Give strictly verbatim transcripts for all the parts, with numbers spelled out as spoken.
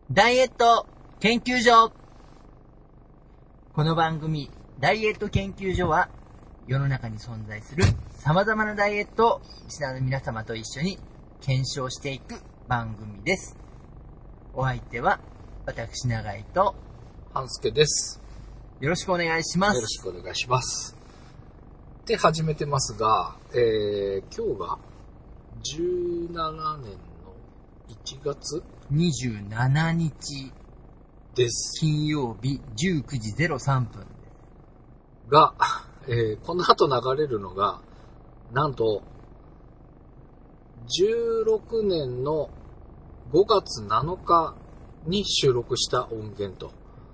ダイエット研究所。この番組ダイエット研究所は世の中に存在する様々なダイエットをリスナーの皆様と一緒に検証していく番組です。お相手は私永井と半助です。 よろしくお願いします。 よろしくお願いします。で始めてますが、えー、今日がじゅうななねんのいちがつにじゅうしちにちです。 金曜日じゅうくじゼロさんぷんが、えー、この後流れるのがなんとじゅうろくねんのごがつなのかに収録した音源と。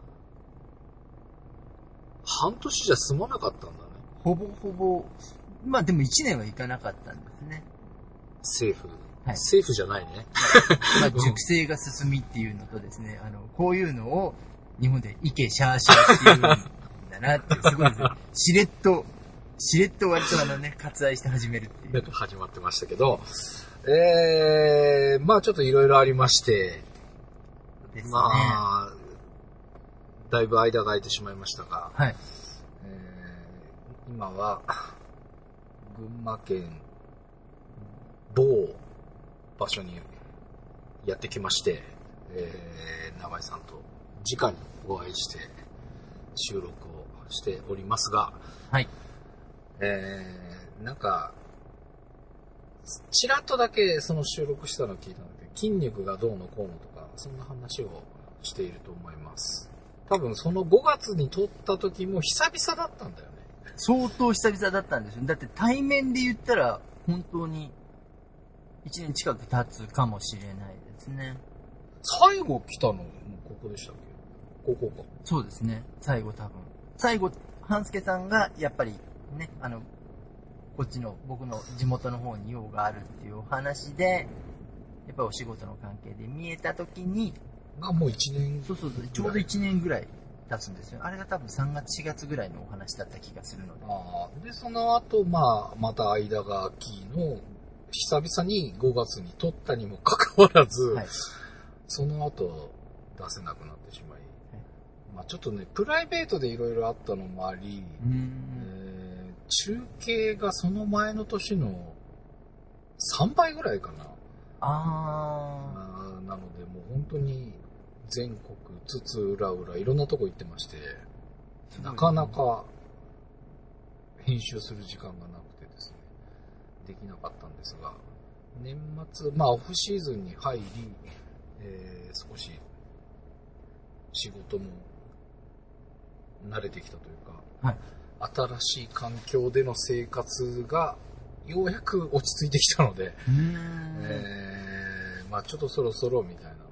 半年じゃ済まなかったんだね。 ほぼほぼ、まあでもいちねんはいかなかったんですね。 セーフ。 はい、 セーフじゃないね。 まあ、熟成が進みっていうのとですね、あの、こういうのを日本でイケシャーシャーっていうんだなって、すごいですね。しれっと、しれっと割とあのね、割愛して始めるっていう。 なんか始まってましたけど、えー、まあちょっといろいろありまして、 ですね、 まあ、だいぶ間が空いてしまいましたが、 はい、 えー、今は、群馬県某場所にやってきまして、えー、永井さんと直にお会いして収録をしておりますが、 はい、 えー、なんかちらっとだけその収録したのを聞いたので、筋肉がどうのこうのとかそんな話をしていると思います。多分そのごがつに撮った時も久々だったんだよね。 相当久々だったんですよ。だって対面で言ったら本当にいちねん近く経つかもしれないですね。 最後来たのここでしたっけ？ここか。 そうですね。最後多分。最後、半助さんがやっぱりね、あの、こっちの僕の地元の方に用があるっていうお話で、やっぱりお仕事の関係で見えた時に、 がもういちねん。 そうそうそう、ちょうどいちねんぐらい経つんですよ。あれが多分さんがつしがつぐらいのお話だった気がするので。 あで、その後、まあ、また間が空きの、久々にごがつに撮ったにもかかわらず、はい、その後出せなくなってしまい、はい、まあちょっとね、プライベートでいろいろあったのもあり、 うーん、 えー、中継がその前の年のさんばいぐらいかな。 ああなのでもう本当に全国津々浦々いろんなとこ行ってまして、なかなか編集する時間がなくてですね、できなかったんですが、年末、まあオフシーズンに入り、えー、少し仕事も慣れてきたというか、 はい、 新しい環境での生活がようやく落ち着いてきたので、 うーん、 えー、まあちょっとそろそろみたいなので、ね、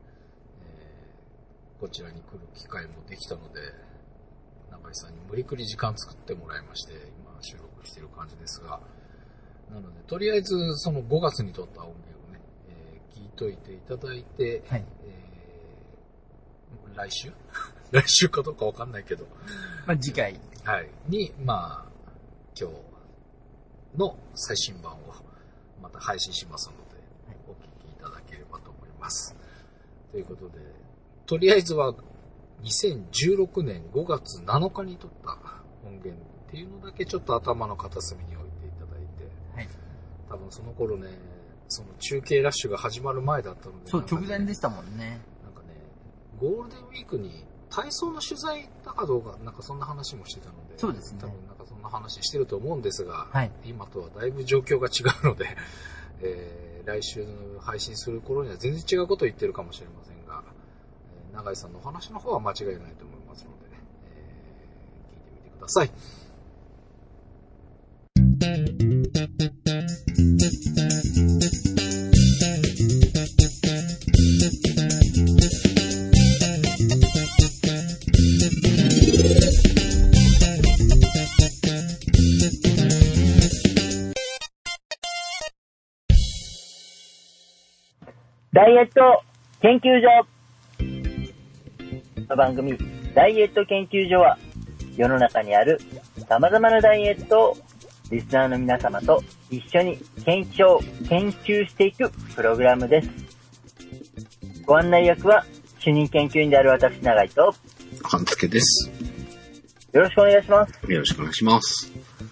えー、こちらに来る機会もできたので、永井さんに無理くり時間作ってもらいまして、今収録している感じですが、なのでとりあえずそのごがつに撮った音源をね、えー、聞いといていただいて、 はい、 えー、来週来週かどうかわかんないけど、 まあ次回、 はい、にまあ今日の最新版をまた配信しますので、はい、お聞きいただければと思います。ということで、とりあえずはにせんじゅうろくねんごがつなのかに撮った音源っていうのだけちょっと頭の片隅に置いていただいて、 はい、 多分その頃ね、その中継ラッシュが始まる前だったので、 そう、直前でしたもんね。 なんかね、ゴールデンウィークに体操の取材だかどうか、なんかそんな話もしてたので、 そうですね。 多分なんかそんな話してると思うんですが、 はい、 今とはだいぶ状況が違うので、えー、来週配信する頃には全然違うことを言ってるかもしれませんが、えー、永井さんのお話の方は間違いないと思いますので、ね、えー、聞いてみてください。 ダイエット研究所。この番組ダイエット研究所は世の中にある様々なダイエットをリスナーの皆様と一緒に検証、研究していくプログラムです。ご案内役は主任研究員である私、永井と、 半助です。 よろしくお願いします。 よろしくお願いします。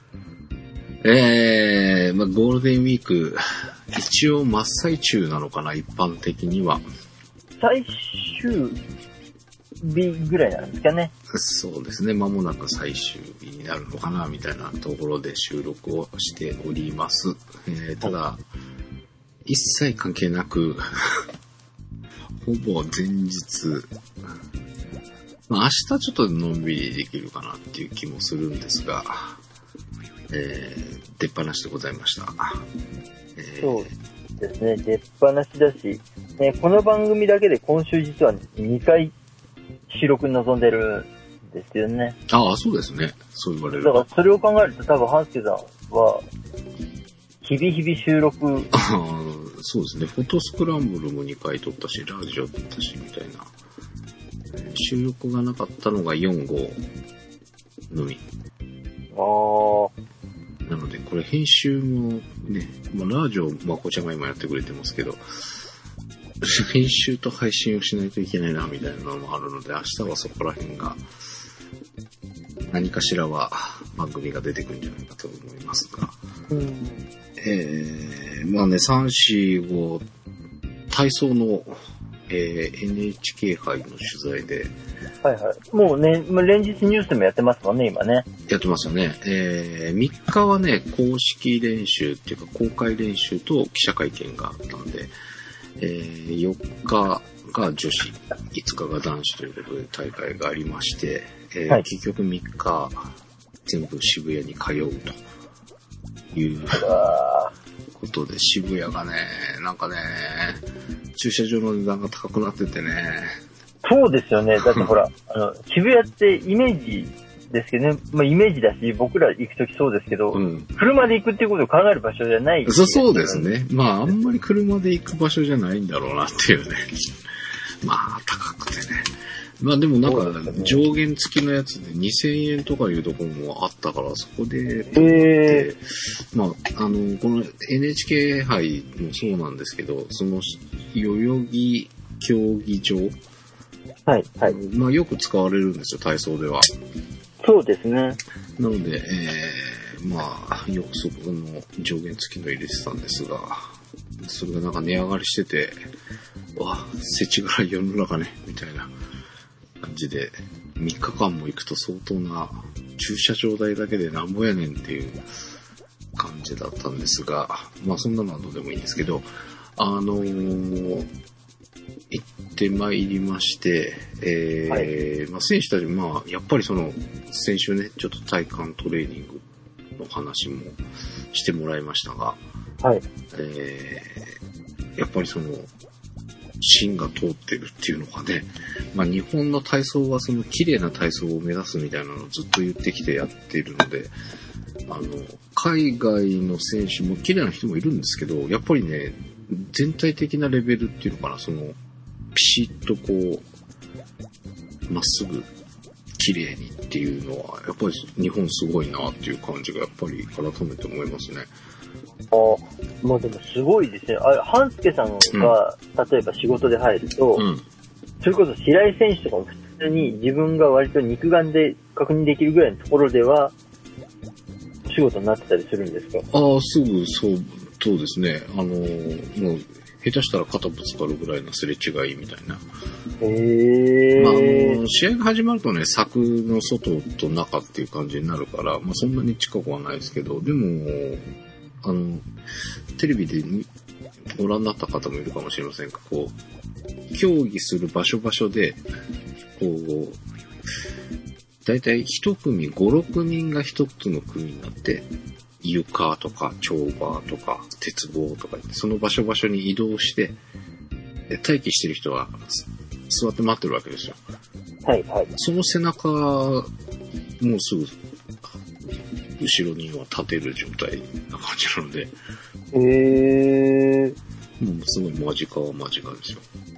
えー、まあ、ゴールデンウィーク、一応真っ最中なのかな、一般的には。 最終日ぐらいなんですかね。 そうですね、間もなく最終日になるのかな、みたいなところで収録をしております。えー、ただ、はい、一切関係なく、ほぼ前日、まあ、明日ちょっとのんびりできるかなっていう気もするんですが、えー、出っ放しでございました。えー、 そうですね、出っ放しだし、ね、この番組だけで今週実はにかい収録に臨んでるんですよね。 ああ、そうですね。そう言われる。 だからそれを考えると多分、半助さんは、日々日々収録。 ああ、そうですね。フォトスクランブルもにかい撮ったし、ラジオ撮ったし、みたいな。収録がなかったのがよん号のみ。 ああ。 なので、これ編集もね、まあ、ラジオ、まこちゃんが今やってくれてますけど、編集と配信をしないといけないな、みたいなのもあるので、明日はそこら辺が、何かしらは番組が出てくるんじゃないかと思いますが。うん、えー、まあね、さん、よん、ご、体操の、えー、エヌエイチケー 杯の取材で。 はいはい。もうね、連日ニュースでもやってますもんね、今ね。 やってますよね。えー、みっかはね、公式練習っていうか公開練習と記者会見があったんで、えー、よっかが女子、いつかが男子ということで大会がありまして、えーはい、結局みっか全部渋谷に通うということで、渋谷がね、なんかね、駐車場の値段が高くなっててね。 そうですよね。だってほら、あの、渋谷ってイメージですけどね、まあイメージだし、僕ら行くときそうですけど、うん、車で行くっていうことを考える場所じゃない。 そう、そうですね。まああんまり車で行く場所じゃないんだろうなっていうね。まあ高くてね。まあでもなんか上限付きのやつでにせんえんとかいうところもあったから、そこで、えー、まああの、この エヌエイチケー 杯もそうなんですけど、その代々木競技場、 はいはい。 まあよく使われるんですよ、体操では。 そうですね。 なので、えー、まあよくそこの上限付きの入れてたんですが、それがなんか値上がりしてて、わ、世知辛い世の中ね、みたいな感じで、みっかかんも行くと相当な駐車場代だけでなんぼやねんっていう感じだったんですが、まあそんなのはどうでもいいんですけど、あのー、行ってまいりまして、えーはい、まあ、選手たち、まあ、やっぱりその、先週ね、ちょっと体幹トレーニングの話もしてもらいましたが、 はい、 えー、やっぱりその、芯が通ってるっていうのがね、まあ、日本の体操はその綺麗な体操を目指すみたいなのをずっと言ってきてやっているので、あの、海外の選手も綺麗な人もいるんですけど、やっぱりね、全体的なレベルっていうのかな、その、ピシッとこう、まっすぐ、綺麗にっていうのは、やっぱり日本すごいなっていう感じが、やっぱり改めて思いますね。 あ、まあでもすごいですね。あ、半助さんが、うん、例えば仕事で入ると、うん、それこそ白井選手とかも普通に自分が割と肉眼で確認できるぐらいのところでは、仕事になってたりするんですか？ ああ、すぐそう、そうですね。あの、もう、下手したら肩ぶつかるぐらいのすれ違いみたいな。 へー。 まあ、あの、試合が始まるとね、柵の外と中っていう感じになるから、まあそんなに近くはないですけど、でも、あの、テレビでご覧になった方もいるかもしれませんが、こう、競技する場所場所で、こう、だいたい一組ご、ろくにんが一つの組になって、床とか跳馬とか鉄棒とかその場所場所に移動して待機してる人は座って待ってるわけですよ。 はいはい。 その背中もうすぐ後ろには立てる状態な感じなので。 へー。 もうすごい間近は間近ですよ。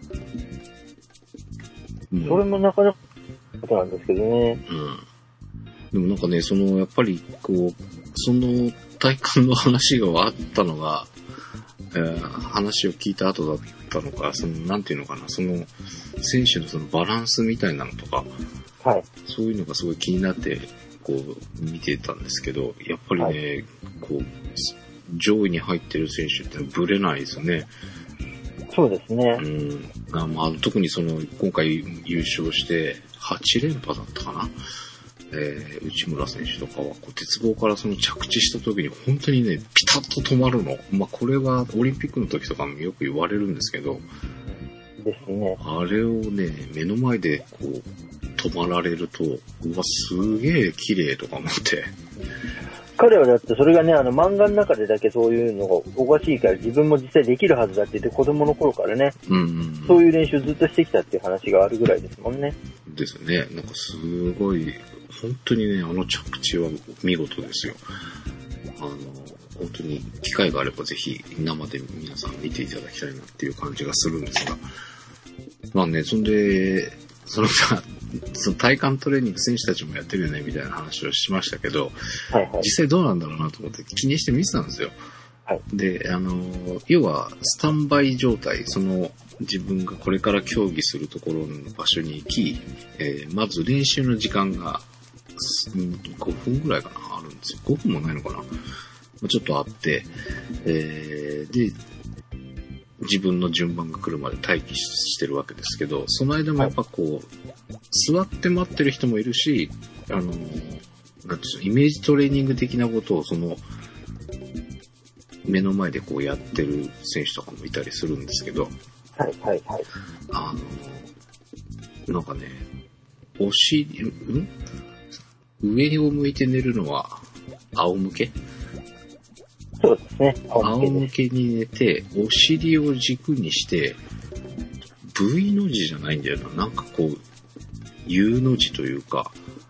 それもなかなかことなんですけどね。 うん。でもなんかね、そのやっぱりこうその体感の話があったのが、えー、話を聞いた後だったのか、そのなんていうのかな、その選手のそのバランスみたいなのとか、 はい。 そういうのがすごい気になって、こう、見てたんですけど、やっぱりね、はい、こう、上位に入ってる選手ってブレないですよね。 そうですね。 うん。あまあ、特にその、今回優勝して、はち連覇だったかな。えー、内村選手とかは、こう鉄棒からその着地した時に本当にね、ピタッと止まるの。まあ、これはオリンピックの時とかもよく言われるんですけど、 ですね。 あれをね、目の前でこう、止まられると、うわ、すげえ綺麗とか思って。 彼はだってそれがね、あの漫画の中でだけそういうのがおかしいから自分も実際できるはずだって言って子供の頃からね、 うんうんうん、 そういう練習ずっとしてきたっていう話があるぐらいですもんね。 ですね。なんかすごい、本当にね、あの着地は見事ですよ。あの、本当に機会があればぜひ生で皆さん見ていただきたいなっていう感じがするんですが。まあね、そんで、そのさ、その体幹トレーニング選手たちもやってるよねみたいな話をしましたけど、 はいはい、 実際どうなんだろうなと思って気にして見てたんですよ。 はい、 で、あの、要はスタンバイ状態、その自分がこれから競技するところの場所に行き、えー、まず練習の時間がごふんぐらいかな、あるんですよ。ごふんもないのかな。ちょっとあって、えー、で、自分の順番が来るまで待機してるわけですけど、その間もやっぱこう、はい、座って待ってる人もいるし、あの、なんていうの、イメージトレーニング的なことをその、目の前でこうやってる選手とかもいたりするんですけど、 はいはいはい。 あの、なんかね、お尻、ん上を向いて寝るのは仰向け？ そうですね。 仰向けに寝て、お尻を軸にして、V の字じゃないんだよな。なんかこう、U の字というか、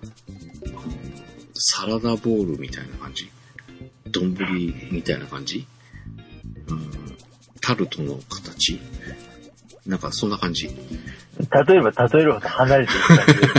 サラダボールみたいな感じ。丼みたいな感じ、うん、タルトの形なんかそんな感じ。 例えば例えるほど離れていく感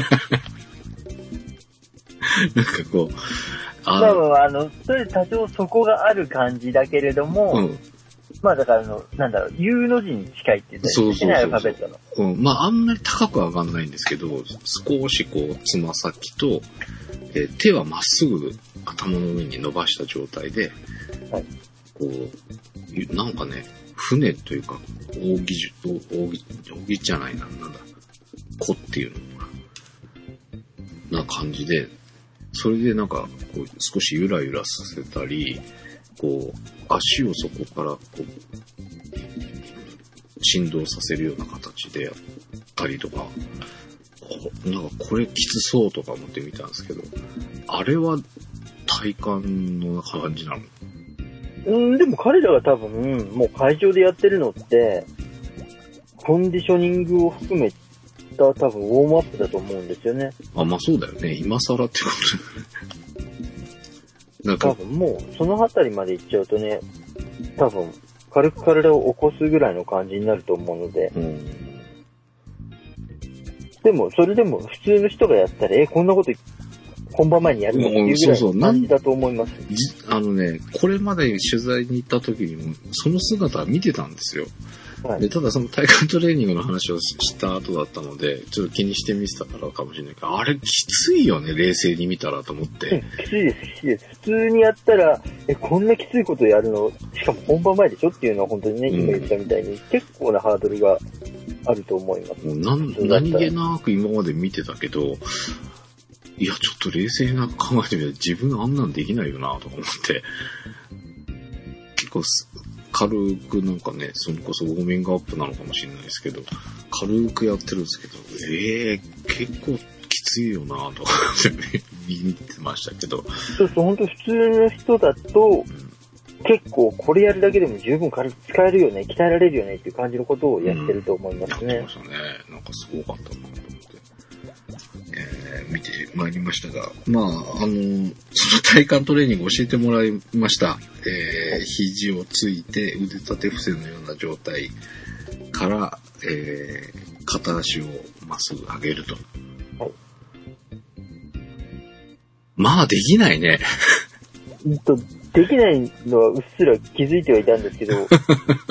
じ。なんかこう、 あまあまあ、あの、それ多少底がある感じだけれども、うん、まあだからあの、なんだろう、U の字に近いって言ったらいけないアルファベットの。 うん、まああんまり高くは上がんないんですけど、少しこう、つま先と、えー、手はまっすぐ頭の上に伸ばした状態で、はい、こう、なんかね、船というか、扇じ、扇、扇じゃないな、なんだ、子っていうのな感じで、それでなんか、こう、少しゆらゆらさせたり、こう、足をそこから、こう、振動させるような形でやったりとか、なんかこれきつそうとか思ってみたんですけど、あれは体幹の感じなの？ うん、でも彼らが多分、もう会場でやってるのって、コンディショニングを含めた多分ウォームアップだと思うんですよね。 あ、まあそうだよね。今更ってことなんか。 多分もうそのあたりまで行っちゃうとね、多分軽く体を起こすぐらいの感じになると思うので、うん、でもそれでも普通の人がやったら、え、こんなこと本番前にやるのっていうぐらいの感じだと思います。 そうそう、あのね、これまで取材に行った時にもその姿は見てたんですよ。はい、でただその体幹トレーニングの話をした後だったので、ちょっと気にして見てたからかもしれないけど、あれきついよね、冷静に見たらと思って。 うん、きついです、きついです。普通にやったら、え、こんなきついことやるの、しかも本番前でしょっていうのは本当にね、今言ったみたいに、うん、結構なハードルがあると思います。 もうなん何気なく今まで見てたけど、いや、ちょっと冷静な考えてみたら自分あんなんできないよなとか思って、結構軽くなんかね、それこそウォーミングアップなのかもしれないですけど、軽くやってるんですけど、ええー、結構きついよなとかって見てましたけど。 そうそう、本当普通の人だと、うん、結構これやるだけでも十分軽く使えるよね、鍛えられるよねっていう感じのことをやってると思いますね。うん、やってましたね。なんかすごかったなと思って。えー、見てまいりましたが、まあ、あの、その体幹トレーニング教えてもらいました。えー、肘をついて腕立て伏せのような状態から、えー、片足をまっすぐ上げると。はい、まあ、できないね。 できないのはうっすら気づいてはいたんですけど、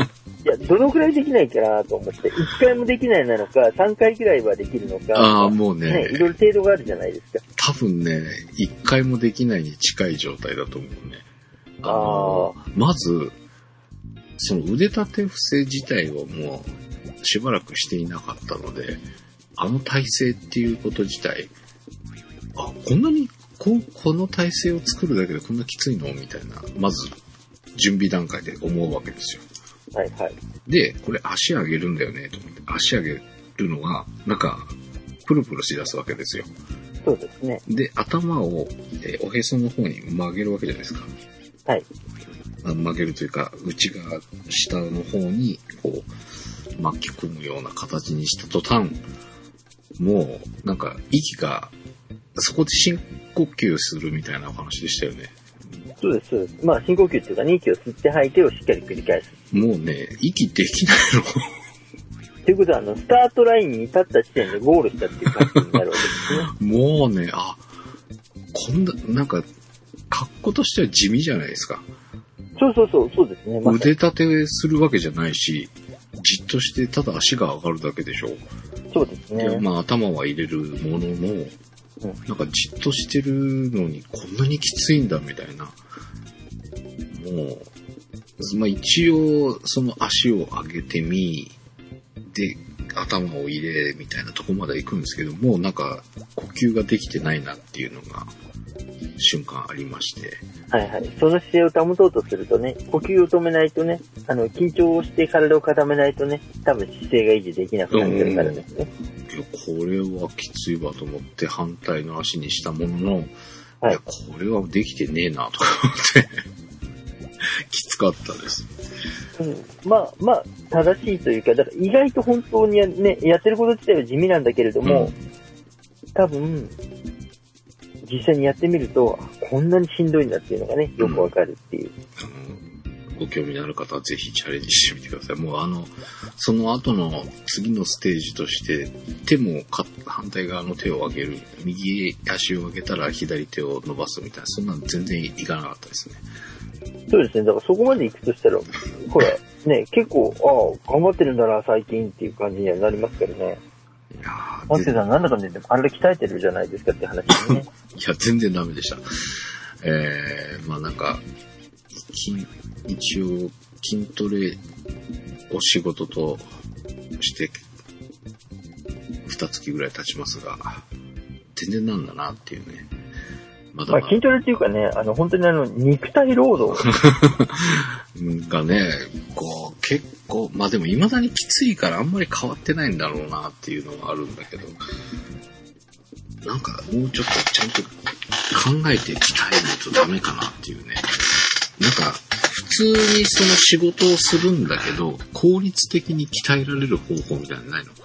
いや、どのくらいできないかなと思って、いっかいもできないなのか、さんかいくらいはできるのか。 ああ、もうね。 ね、いろいろ程度があるじゃないですか。 多分ね、いっかいもできないに近い状態だと思うね。あのあまず、その腕立て伏せ自体をもうしばらくしていなかったので、あの体勢っていうこと自体、あ、こんなにこう、この体勢を作るだけでこんなきついのみたいな、まず準備段階で思うわけですよ。 はいはい。 で、これ足上げるんだよねと思って、足上げるのが、なんか、プルプルしだすわけですよ。 そうですね。 で、頭を、えーおへその方に曲げるわけじゃないですか。 はい。 曲げるというか、内側、下の方に、こう、巻き込むような形にした途端、もう、なんか、息が、そこで深呼吸するみたいなお話でしたよね。 そうです、そうです。まあ、深呼吸っていうか、息を吸って吐いてをしっかり繰り返す。 もうね、息できないの。 ということは、あの、スタートラインに立った時点でゴールしたっていう感じになるわけですね。 もうね、あ、こんな、なんか、格好としては地味じゃないですか。 そうそうそう、そうですね。ま、 腕立てするわけじゃないし、じっとしてただ足が上がるだけでしょ。 そうですね。 で、まあ頭は入れるものの、 うん、 なんかじっとしてるのにこんなにきついんだみたいな。もう、まあ一応その足を上げてみ、で、頭を入れみたいなとこまで行くんですけど、もうなんか呼吸ができてないなっていうのが瞬間ありまして。 はいはい。その姿勢を保とうとするとね、呼吸を止めないとね、あの、緊張して体を固めないとね、多分姿勢が維持できなくなってるからですね。 いや、これはきついわと思って反対の足にしたものの、 はい、 いや、これはできてねえなとか思って、きつかったです。 うん、まあまあ、正しいというか、だから意外と本当にね、やってること自体は地味なんだけれども、うん、多分、実際にやってみると、こんなにしんどいんだっていうのがね、よくわかるっていう。 うん、ご興味のある方はぜひチャレンジしてみてください。もうあの、その後の次のステージとして、手もか反対側の手を上げる。右足を上げたら左手を伸ばすみたいな、そんなの全然いかなかったですね。 そうですね。だからそこまで行くとしたら、ほら、ね、結構、ああ、頑張ってるんだな、最近っていう感じにはなりますからね。 いやー、 マスケさんなんだかんだ言って体鍛えてるじゃないですかって話ですね。 いや、全然ダメでした。えー、まあなんか、一応、筋トレお仕事として、二月ぐらい経ちますが、全然なんだなっていうね。まだまだまあ筋トレっていうかね、あの、本当にあの、肉体労働がね、こう、結構、まあでも未だにきついからあんまり変わってないんだろうなっていうのがあるんだけど、なんかもうちょっとちゃんと考えて鍛えないとダメかなっていうね。なんか、普通にその仕事をするんだけど、効率的に鍛えられる方法みたいなのないの？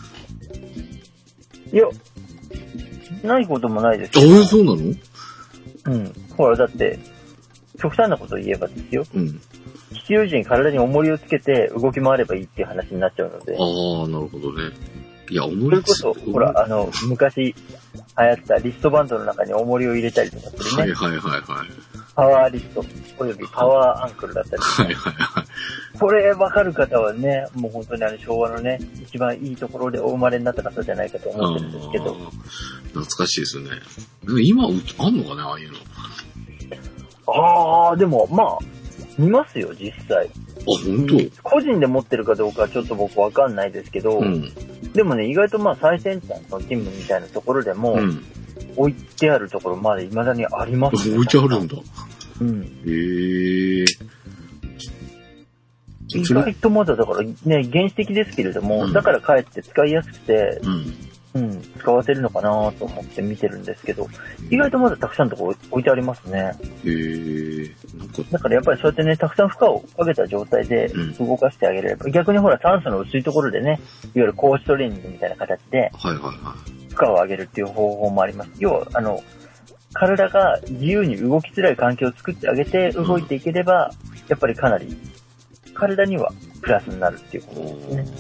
いや、ないこともないですああ、そうなの？ うん。ほら、だって、極端なことを言えばですよ。 うん。 必要以上に体に重りをつけて動き回ればいいっていう話になっちゃうので。 ああ、なるほどね。いや、重りつけそれこそ、ほら、あの、昔流行ったリストバンドの中に重りを入れたりとかするね。 はいはいはいはい。 パワーリスト、およびパワーアンクルだったりとか。 はいはいはい。 これわかる方はね、もう本当にあの昭和のね、一番いいところでお生まれになった方じゃないかと思ってるんですけど。 懐かしいですよね。でも今、あんのかね、ああいうの。 ああ、でも、まあ、見ますよ、実際。 あ、本当？ 個人で持ってるかどうかはちょっと僕わかんないですけど、うん、でもね、意外とまあ最先端のジムみたいなところでも、うん、置いてあるところまで未だにありますね。 置いてあるんだ。 うん。 へえ。 意外とまだだからね、原始的ですけれども、うん、だからかえって使いやすくて、うんうん、使わせるのかなと思って見てるんですけど、意外とまだたくさんのところ置いてありますね。 へー。なんかだからやっぱりそうやってね、たくさん負荷をかけた状態で動かしてあげれば、うん、逆にほら酸素の薄いところでね、いわゆる高地トレーニングみたいな形で、 はいはいはい。 負荷を上げるっていう方法もあります。要は、あの、体が自由に動きづらい環境を作ってあげて動いていければ、うん、やっぱりかなり体にはプラスになるっていうことですね。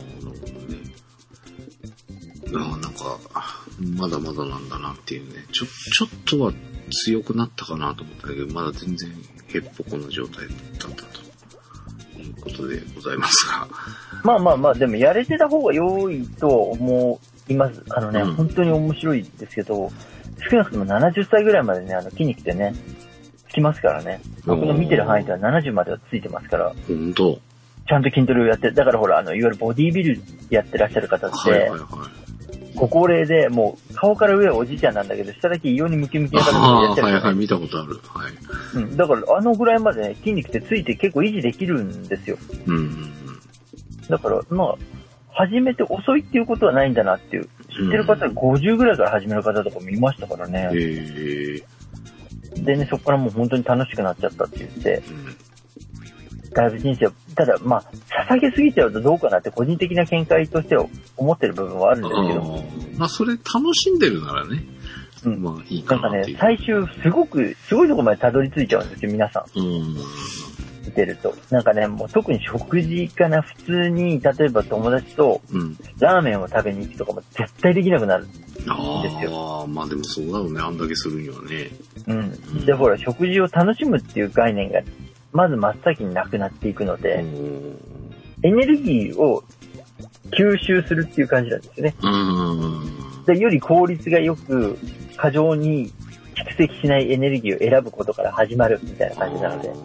いやなんか、まだまだなんだなっていうね。ちょ、ちょっとは強くなったかなと思ったけど、まだ全然へっぽこの状態だったと思いうことでございますが。 まあまあまあ、でもやれてた方が良いと思います。あのね、うん、本当に面白いですけど、少なくともななじゅっさいぐらいまでね、あの筋肉ってね、つきますからね。僕の見てる範囲ではななじゅうまではついてますから。 本当。 ちゃんと筋トレをやってる。だからほら、あの、いわゆるボディービルやってらっしゃる方って、はいはいはい、ご高齢で、もう顔から上はおじいちゃんなんだけど、下だけ異様にムキムキな方でやってる、ね。 はいはい、見たことある。はい。 うん。だからあのぐらいまでね、筋肉ってついて結構維持できるんですよ。 うんうんうん。 だから、まあ、始めて遅いっていうことはないんだなっていう。知ってる方はごじゅうぐらいから始める方とか見ましたからね。 へー。 でね、そこからもう本当に楽しくなっちゃったって言って、 うん、 だいぶ人生、ただまあ、捧げすぎちゃうとどうかなって個人的な見解としては思ってる部分はあるんですけど。 あまあ、それ楽しんでるならね。うん。まあ、いいかなっていう。 なんかね、最終、すごく、すごいところまでたどり着いちゃうんですよ、皆さん。 うん。 見てると。なんかね、もう特に食事かな、普通に、例えば友達と、ラーメンを食べに行くとかも絶対できなくなるんですよ。 ああ、まあでもそうだろうね、あんだけするにはね。 うん。うん、で、ほら、食事を楽しむっていう概念が、まず真っ先になくなっていくので、エネルギーを吸収するっていう感じなんですよね。 うんでより効率がよく、過剰に蓄積しないエネルギーを選ぶことから始まるみたいな感じなので。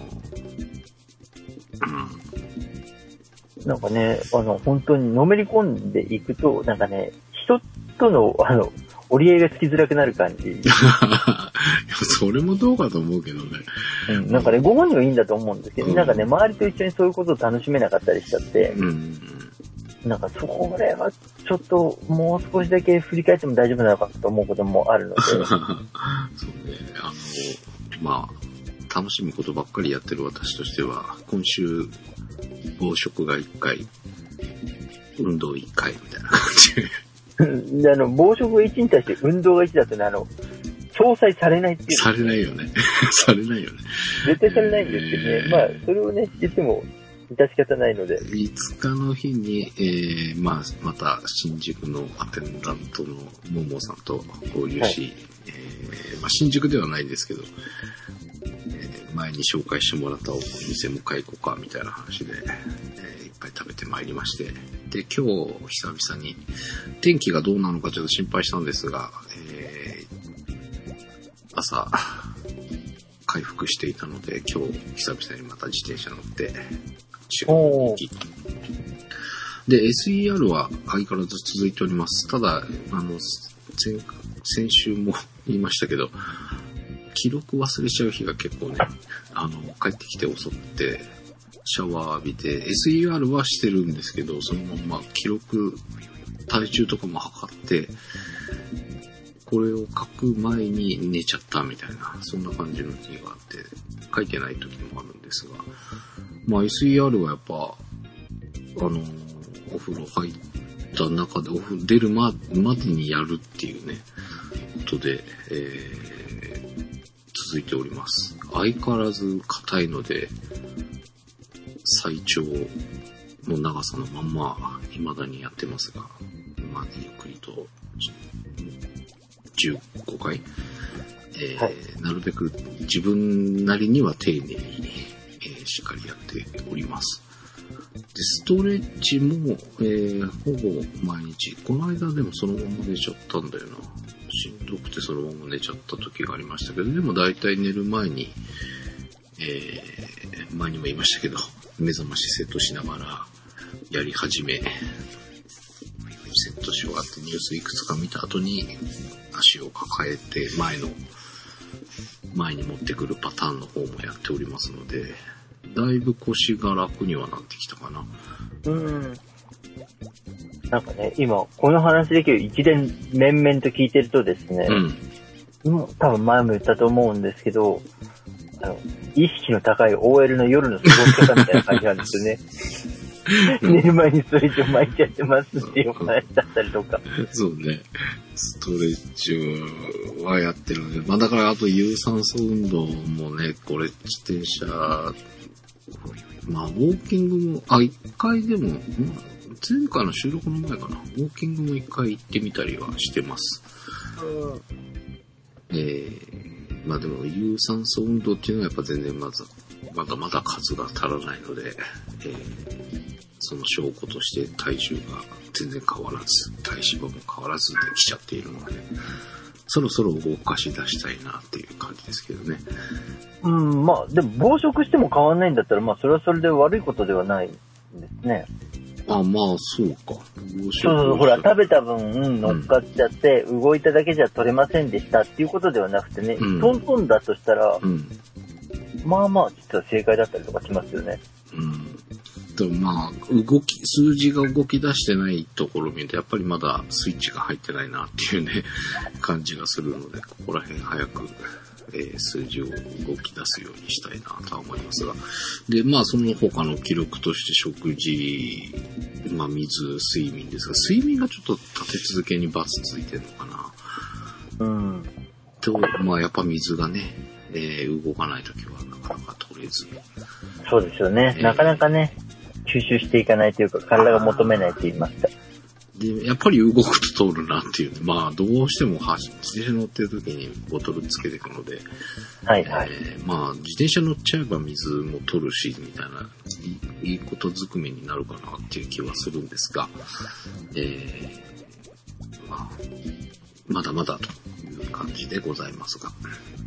なんかね、あの、本当にのめり込んでいくと、なんかね、人との、あの、折り合いがつきづらくなる感じ。いや、 それもどうかと思うけどね。 うん、なんかね、ご本人はいいんだと思うんですけど、うん、なんかね、周りと一緒にそういうことを楽しめなかったりしちゃって、 うん、 なんかそれはちょっともう少しだけ振り返っても大丈夫なのかと思うこともあるので。そうね、 あの、まあ、楽しむことばっかりやってる私としては、今週、暴食がいっかい、運動いっかいみたいな感じで。 であの、暴食がいちに対して運動がいちだとね、あの、相殺されないっていう、ね。 されないよね。されないよね。 絶対されないんですけどね。えー、まあ、それをね、言っても、致し方ないので。 みっつかの日に、えー、まあ、また、新宿のアテンダントのももさんと合流し、はい、えー、まあ、新宿ではないんですけど、えー、前に紹介してもらったお店も買い行こうか、みたいな話で、えー、いっぱい食べてまいりまして、で、今日、久々に、天気がどうなのかちょっと心配したんですが、えー、朝、回復していたので、今日、久々にまた自転車乗って、仕事に行き。で、エスイーアール は相変わらず続いております。ただ、あの、先、先週も言いましたけど、記録忘れちゃう日が結構ね、あの、帰ってきて遅くて、シャワー浴びて、エスイーアール はしてるんですけど、そのまま記録、体重とかも測って、これを書く前に寝ちゃったみたいな、そんな感じの日があって、書いてない時もあるんですが、まあ エスイーアール はやっぱ、あの、お風呂入った中で、お風呂出るままでにやるっていうね、ことで、えー、続いております。相変わらず硬いので、最長の長さのまんま、未だにやってますが、まあ、ゆっくりと、じゅうごかい、えーはい、なるべく自分なりには丁寧に、えー、しっかりやっております。で、ストレッチも、えー、ほぼ毎日、この間でもそのまま寝ちゃったんだよな。しんどくてそのまま寝ちゃった時がありましたけど、でも大体寝る前に、えー、前にも言いましたけど、目覚ましセットしながらやり始め、セットし終わってニュースいくつか見た後に足を抱えて前の前に持ってくるパターンの方もやっておりますので、だいぶ腰が楽にはなってきたかな。 うーん。なんかね、今この話できる一連面々と聞いてるとですね、うん、もう多分前も言ったと思うんですけど、あの意識の高い オーエル の夜の過ごし方みたいな感じなんですよね。寝る前にストレッチを巻いちゃってますっていう話だったりとか。そうね。 ストレッチはやってるね。まあだからあと有酸素運動もね、これ自転車、まあウォーキングも、あ、一回でも、前回の収録の前かな。ウォーキングも一回行ってみたりはしてます。うん、えー、まあでも有酸素運動っていうのはやっぱ全然まずまだまだ数が足らないので、えー、その証拠として体重が全然変わらず、体脂肪も変わらずできちゃっているので、そろそろ動かし出したいなっていう感じですけどね。 うん、まあ、でも暴食しても変わらないんだったら、まあ、それはそれで悪いことではないんですね。 あ、まあ、そうか。 そうそう、ほら、食べた分乗っかっちゃって、うん、動いただけじゃ取れませんでしたっていうことではなくてね、うん、トントンだとしたら、うん、まあまあ、実は正解だったりとかしますよね。 うん。とまあ、動き、数字が動き出してないところを見ると、やっぱりまだスイッチが入ってないなっていうね、感じがするので、ここら辺早く、えー、数字を動き出すようにしたいなとは思いますが。で、まあ、その他の記録として食事、まあ、水、睡眠ですが、睡眠がちょっと立て続けにバツついてるのかな。うん。と、まあ、やっぱ水がね、えー、動かないときはなかなか取れず。 そうですよね。えー、なかなかね、吸収していかないというか、体が求めないと言いました。 で、やっぱり動くと通るなっていうね。まあ、どうしても自転車乗ってる時にボトルつけていくので、 はいはい。 えー、まあ、自転車乗っちゃえば水も取るし、みたいな、いいことずくめになるかなっていう気はするんですが、えー、まあ、まだまだという感じでございますが。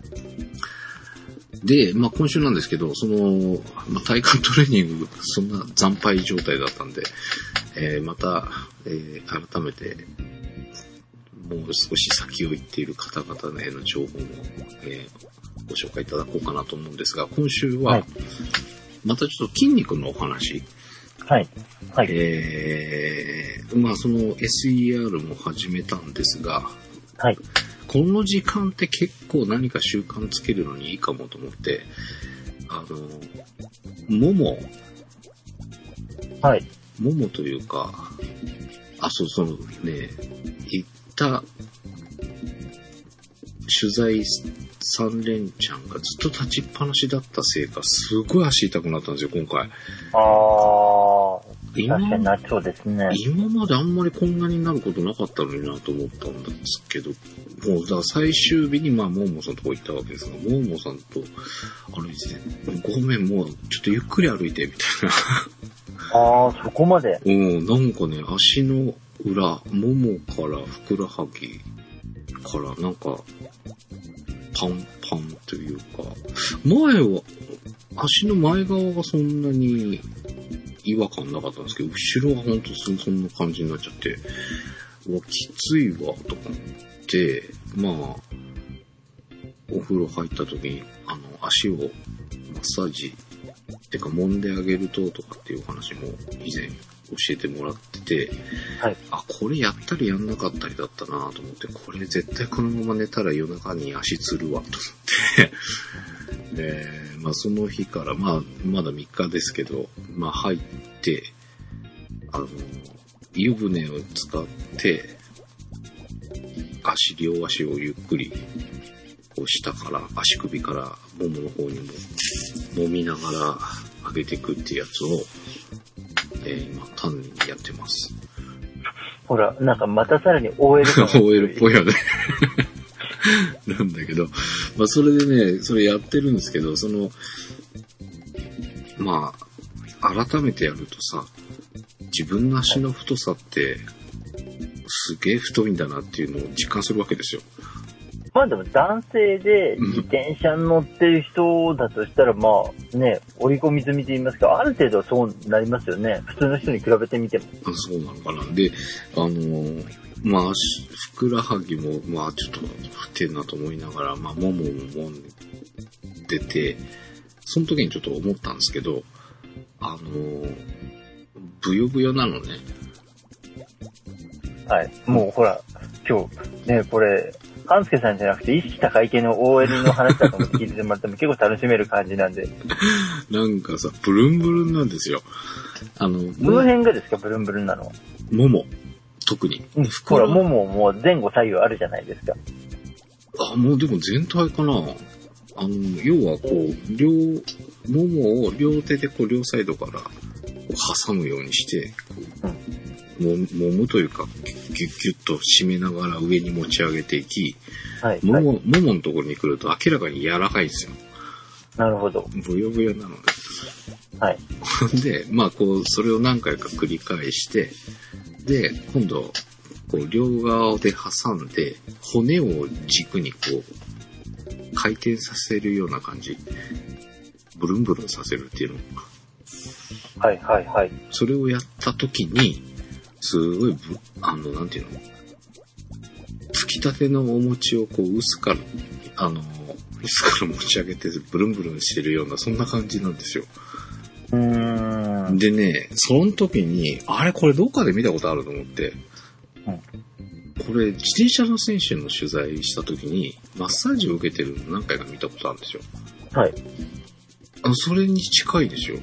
で、まあ今週なんですけど、その、まあ、体幹トレーニング、そんな惨敗状態だったんで、えー、また、えー、改めて、もう少し先を行っている方々への情報も、えー、ご紹介いただこうかなと思うんですが、今週は、またちょっと筋肉のお話。 はい。はい。 えー、まあその エスイーアール も始めたんですが、 はい。 この時間って結構何か習慣つけるのにいいかもと思って、あの、もも。 はい。 ももというか、あ、そう、そのね、行った取材さん連チャンがずっと立ちっぱなしだったせいか、すごい足痛くなったんですよ、今回。 あー。確かになっそうですね。 今まであんまりこんなになることなかったのになと思ったんですけど、もうだから最終日にまあモーモーさんのとこ行ったわけですが、モーモーさんと歩いてて、ごめんもうちょっとゆっくり歩いてみたいな。 ああ、そこまで。 うん、なんかね、足の裏、ももからふくらはぎからなんかパンパンというか、前は足の前側がそんなに違和感なかったんですけど、後ろはほんとそんな感じになっちゃって、うわ、きついわ、とか思って、まあ、お風呂入った時に、あの、足をマッサージ、てか揉んであげると、とかっていう話も以前教えてもらってて、 はい。 あ、これやったりやんなかったりだったなと思って、これ絶対このまま寝たら夜中に足つるわ、と思って、で、まあその日から、まあまだみっかですけど、まあ入って、あの、湯船を使って、足、両足をゆっくり、こう下から、足首からももの方にも揉みながら上げていくっていうやつを、えー、今、丹念にやってます。 ほら、なんかまたさらに オーエル かオーエル っぽいよね。なんだけど、まあそれでね、それやってるんですけど、その、まあ、改めてやるとさ、自分の足の太さって、すげえ太いんだなっていうのを実感するわけですよ。 まあでも男性で自転車に乗ってる人だとしたら、まあね、折り込み済みと言いますか、ある程度はそうなりますよね。普通の人に比べてみても。 あ、そうなのかな。で、あのー、まあ、ふくらはぎも、まあちょっと太いなと思いながら、まあ、ももももんでて、その時にちょっと思ったんですけど、あのー、ブヨブヨなのね。 はい。もうほら、今日、ね、これ、半助さんじゃなくて意識高い系の オーエル の話だと思って聞いてもらっても結構楽しめる感じなんで。 なんかさ、ブルンブルンなんですよ。あの、 どの辺がですか、ブルンブルンなのは。 もも。特に。 うん、ほら、ももも前後左右あるじゃないですか。 あ、もうでも全体かな。あの、要はこう、両、ももを両手でこう両サイドからこう挟むようにして、こううん、も、もむというか、ギュッギュッと締めながら上に持ち上げていき、 はい、 もも、もものところに来ると明らかに柔らかいんですよ。 なるほど。 ブヨブヨなので。 はい。 で、まあこう、それを何回か繰り返して、で、今度、こう、両側で挟んで、骨を軸にこう、回転させるような感じ。ブルンブルンさせるっていうの。 はいはいはい。 それをやった時に、すごいぶ、あの、なんていうの、つきたてのお餅をこう、薄から、あの、薄から持ち上げてブルンブルンしてるような、そんな感じなんですよ。 うーん。 でね、その時に、あれこれどっかで見たことあると思って、 うん、 これ自転車の選手の取材した時に、マッサージを受けてるの何回か見たことあるんですよ。 はい。 あの、それに近いでしょ。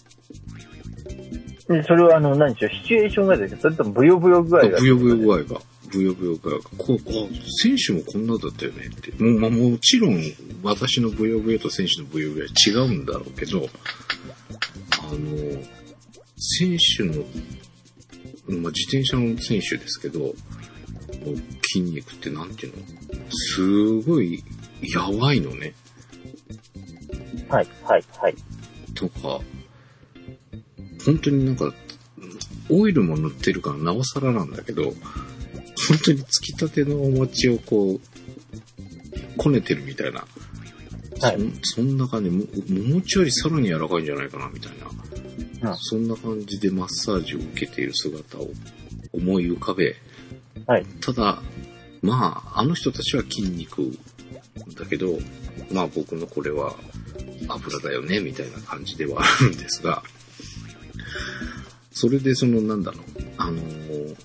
で、それはあの、何でしょう、シチュエーションがですか、それともブヨブヨ具合が。 ブヨブヨ具合が。ブヨブヨ具合が。こう、あ、選手もこんなだったよねって。もう、まあ、もちろん、私のブヨブヨと選手のブヨブヨは違うんだろうけど、あの、選手の、まあ、自転車の選手ですけど、筋肉ってなんていうの？すごい、やばいのね。 はい、はい、はい。 とか、本当になんか、オイルも塗ってるからなおさらなんだけど、本当につきたてのお餅をこう、こねてるみたいな。はい、そ, そんな感じ、も、お餅よりさらに柔らかいんじゃないかな、みたいな、うん。そんな感じでマッサージを受けている姿を思い浮かべ、はい、ただ、まあ、あの人たちは筋肉だけど、まあ僕のこれは油だよね、みたいな感じではあるんですが、それでそのなんだろう、あのー、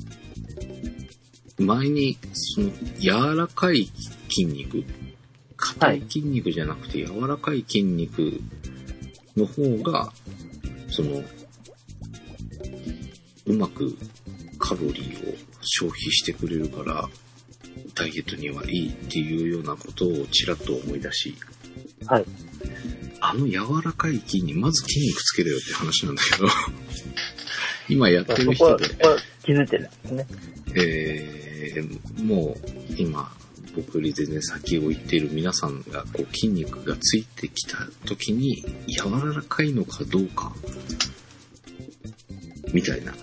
前にその柔らかい筋肉、硬い筋肉じゃなくて柔らかい筋肉の方が、その、うまくカロリーを消費してくれるから、ダイエットにはいいっていうようなことをちらっと思い出し、はい。あの柔らかい筋にまず筋肉つけろよって話なんだけど、今やってる人で。 そこは気づいてるんですね。 えー、もう今、僕より全然先を行っている皆さんがこう筋肉がついてきた時に柔らかいのかどうかみたいな、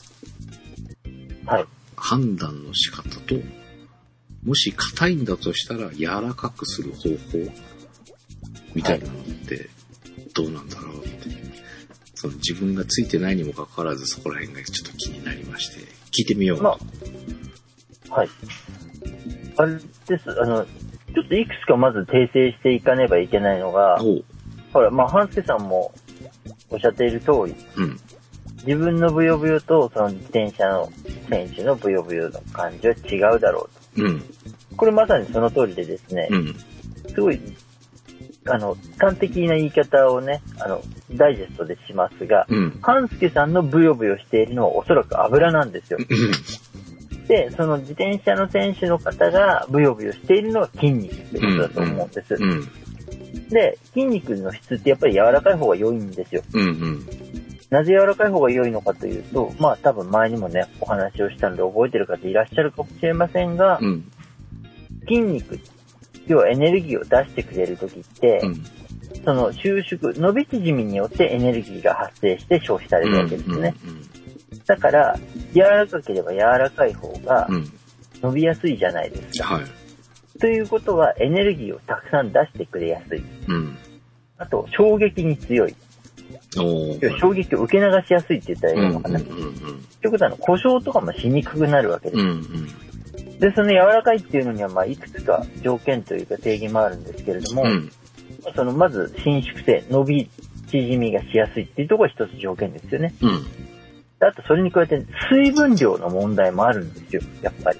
はい、判断の仕方と、もし硬いんだとしたら柔らかくする方法みたいなのってどうなんだろうって、その自分がついてないにもかかわらずそこら辺がちょっと気になりまして聞いてみようと、まあ、はい。あれです。あの、ちょっといくつかまず訂正していかねばいけないのが、ほら、まあ、半助さんもおっしゃっている通り、うん、自分のブヨブヨとその自転車の選手のブヨブヨの感じは違うだろうと。うん、これまさにその通りでですね、うん、すごい、あの、端的な言い方をね、あの、ダイジェストでしますが、うん、半助さんのブヨブヨしているのはおそらく油なんですよ。で、その自転車の選手の方がブヨブヨしているのは筋肉ってことだと思うんです。うんうん、で、筋肉の質ってやっぱり柔らかい方が良いんですよ。うんうん、なぜ柔らかい方が良いのかというと、まあ多分前にもね、お話をしたので覚えてる方いらっしゃるかもしれませんが、うん、筋肉、要はエネルギーを出してくれるときって、うん、その収縮、伸び縮みによってエネルギーが発生して消費されるわけですね。うんうんうん、だから、柔らかければ柔らかい方が伸びやすいじゃないですか。うん、はい。ということは、エネルギーをたくさん出してくれやすい。うん、あと、衝撃に強い。衝撃を受け流しやすいって言ったらいいのかな。ということは、故障とかもしにくくなるわけです。うんうん、で、その柔らかいっていうのには、まあ、いくつか条件というか定義もあるんですけれども、うん、その、まず、伸縮性、伸び縮みがしやすいっていうところが一つ条件ですよね。うん、あと、それに加えて、水分量の問題もあるんですよ、やっぱり。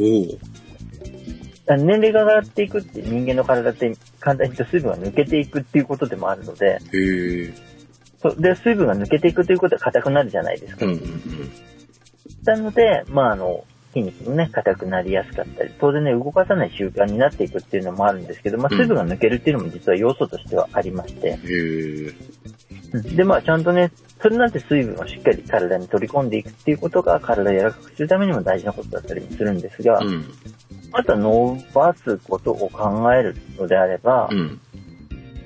お年齢が上がっていくって人間の体って簡単に言うと水分が抜けていくっていうことでもあるので、へそうで水分が抜けていくということは硬くなるじゃないですか。うんうんうん、なので、まあ、あの、筋肉もね、硬くなりやすかったり、当然ね、動かさない習慣になっていくっていうのもあるんですけど、まあ、水分が抜けるっていうのも実は要素としてはありまして、うん、で、まあ、ちゃんとね、それなんて水分をしっかり体に取り込んでいくっていうことが体を柔らかくするためにも大事なことだったりもするんですが、うん、あとは伸ばすことを考えるのであれば、うん、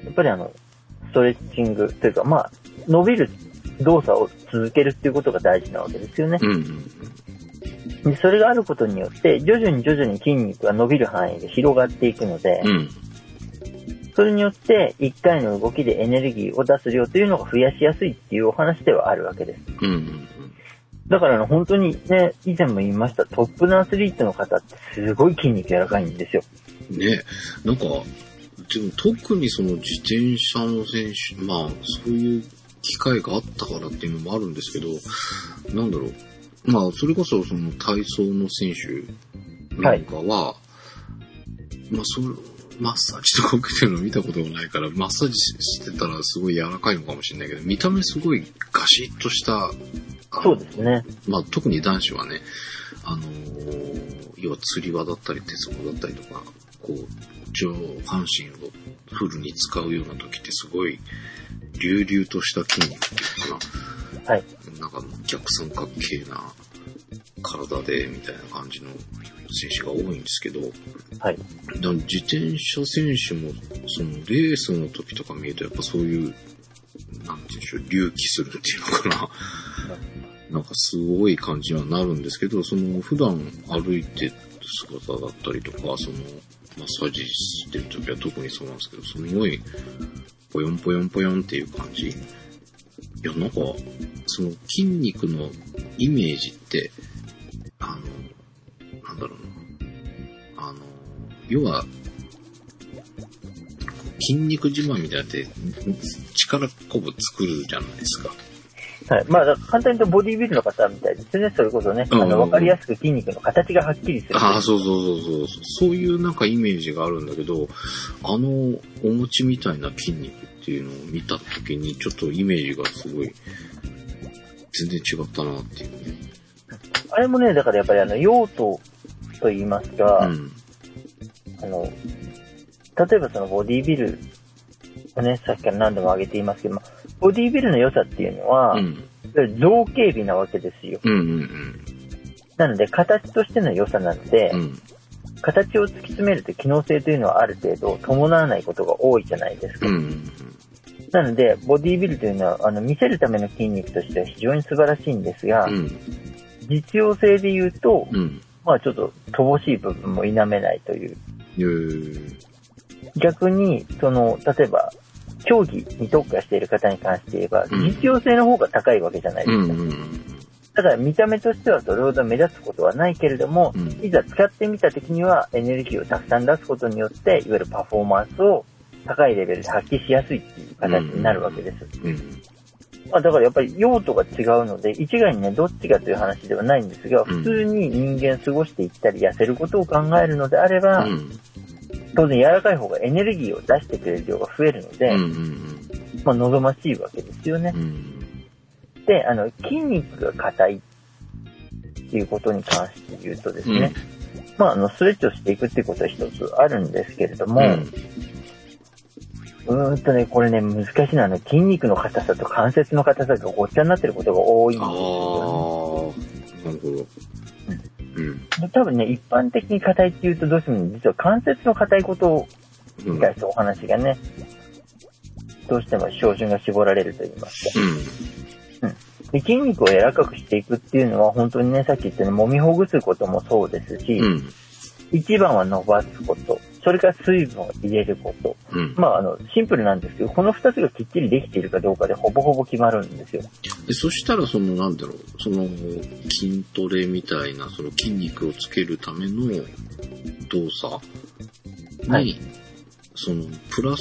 っぱりあの、ストレッチングというか、まあ、伸びる動作を続けるっていうことが大事なわけですよね。 うんうんでそれがあることによって、徐々に徐々に筋肉が伸びる範囲が広がっていくので、 うん。 それによっていっかいの動きでエネルギーを出す量というのが増やしやすいっていうお話ではあるわけです。 うんうん。 だから、ね、本当にね、以前も言いましたトップのアスリートの方ってすごい筋肉柔らかいんですよ。 ね、なんか、でも特にその自転車の選手、まあそういう機会があったからっていうのもあるんですけど、なんだろう。まあそれこそその体操の選手なんかは、はい、まあそれ、マッサージとか受けてるの見たことがないから、マッサージしてたらすごい柔らかいのかもしれないけど、見た目すごいガシッとした、 そうですね。 まあ特に男子はね、あのー、要は釣り輪だったり鉄棒だったりとか、こう、上半身をフルに使うような時ってすごい隆々とした筋肉っていうのかな。 はい。 なんか逆三角形な体でみたいな感じの選手が多いんですけど、 はい。 だから自転車選手もそのレースの時とか見るとやっぱそういう、なんていうんでしょう、隆起するっていうのかな。なんかすごい感じにはなるんですけど、その普段歩いてる姿だったりとか、そのマッサージしてる時は特にそうなんですけど、すごいポヨンポヨンポヨンっていう感じ。いや、なんか、その筋肉のイメージって、あの、なんだろうな。あの、要は、筋肉自慢みたいなって力こぶ作るじゃないですか。 はい。まあ、簡単に言うとボディービルの方みたいですね。それこそね、あの、わかりやすく筋肉の形がはっきりする。 ああ、そうそうそうそう。そういうなんかイメージがあるんだけど、あの、お餅みたいな筋肉っていうのを見たときに、ちょっとイメージがすごい、全然違ったなっていうね。 あれもね、だからやっぱりあの、用途と言いますか、 うん、あの、例えばそのボディービルをね、さっきから何度も挙げていますけども、ボディービルの良さっていうのは、うん、造形美なわけですよ。 うんうんうん、 なので、形としての良さなので、 うん、 形を突き詰めると機能性というのはある程度伴わないことが多いじゃないですか。 うんうんうん、 なので、ボディービルというのは、あの、見せるための筋肉としては非常に素晴らしいんですが、うん、実用性で言うと、うん、まあちょっと乏しい部分も否めないという。逆に、その、例えば、競技に特化している方に関して言えば、うん、実用性の方が高いわけじゃないですか。うんうん、ただ見た目としてはそれほど目立つことはないけれども、うん、いざ使ってみた時にはエネルギーをたくさん出すことによって、いわゆるパフォーマンスを高いレベルで発揮しやすいっていう形になるわけです。うんうん、まあ、だからやっぱり用途が違うので、一概にね、どっちがという話ではないんですが、普通に人間過ごしていったり痩せることを考えるのであれば、うん、当然柔らかい方がエネルギーを出してくれる量が増えるので、うんうんうん、まあ望ましいわけですよね。うん、で、あの、筋肉が硬いっていうことに関して言うとですね、うん、まあ、あの、ストレッチをしていくっていうことは一つあるんですけれども、うん、うーんとね、これね、難しいのは、あの、筋肉の硬さと関節の硬さがごっちゃになってることが多いんですよね。 ああ、なるほど。 うん、多分ね、一般的に硬いって言うとどうしても実は関節の硬いことに対してお話がね、うん、どうしても照準が絞られると言いますか、うんうん、で筋肉を柔らかくしていくっていうのは本当にね、さっき言ったように揉みほぐすこともそうですし、うん、一番は伸ばすこと、それから水分を入れること、うん、まああのシンプルなんですけど、この二つがきっちりできているかどうかでほぼほぼ決まるんですよ。 でそしたらそのなんだろう、その筋トレみたいなその筋肉をつけるための動作に、はい、そのプラス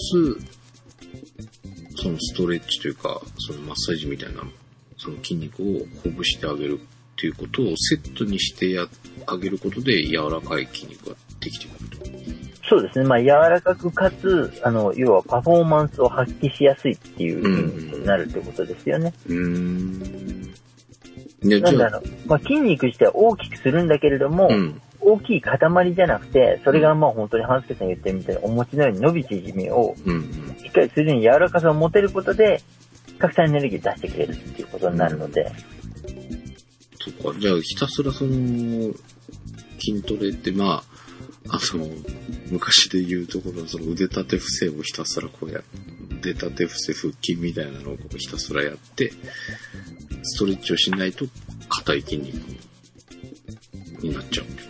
そのストレッチというかそのマッサージみたいなその筋肉をほぐしてあげるっていうことをセットにしてやあげることで柔らかい筋肉ができてくると。 そうですね。まあ柔らかくかつ、あの、要はパフォーマンスを発揮しやすいっていう筋肉になるってことですよね。うーん。なんであの、まあ筋肉自体は大きくするんだけれども、うん、大きい塊じゃなくて、それがまあ本当に半助さん言ってるみたいにお餅のように伸び縮みを、しっかりするように柔らかさを持てることで、たくさんエネルギー出してくれるっていうことになるので。うん、 そっか。じゃあひたすらその、筋トレってまあ、あの、昔で言うところのその腕立て伏せをひたすらこうや出たて伏せ腹筋みたいなのをひたすらやって、ストレッチをしないと硬い筋肉になっちゃうってこと。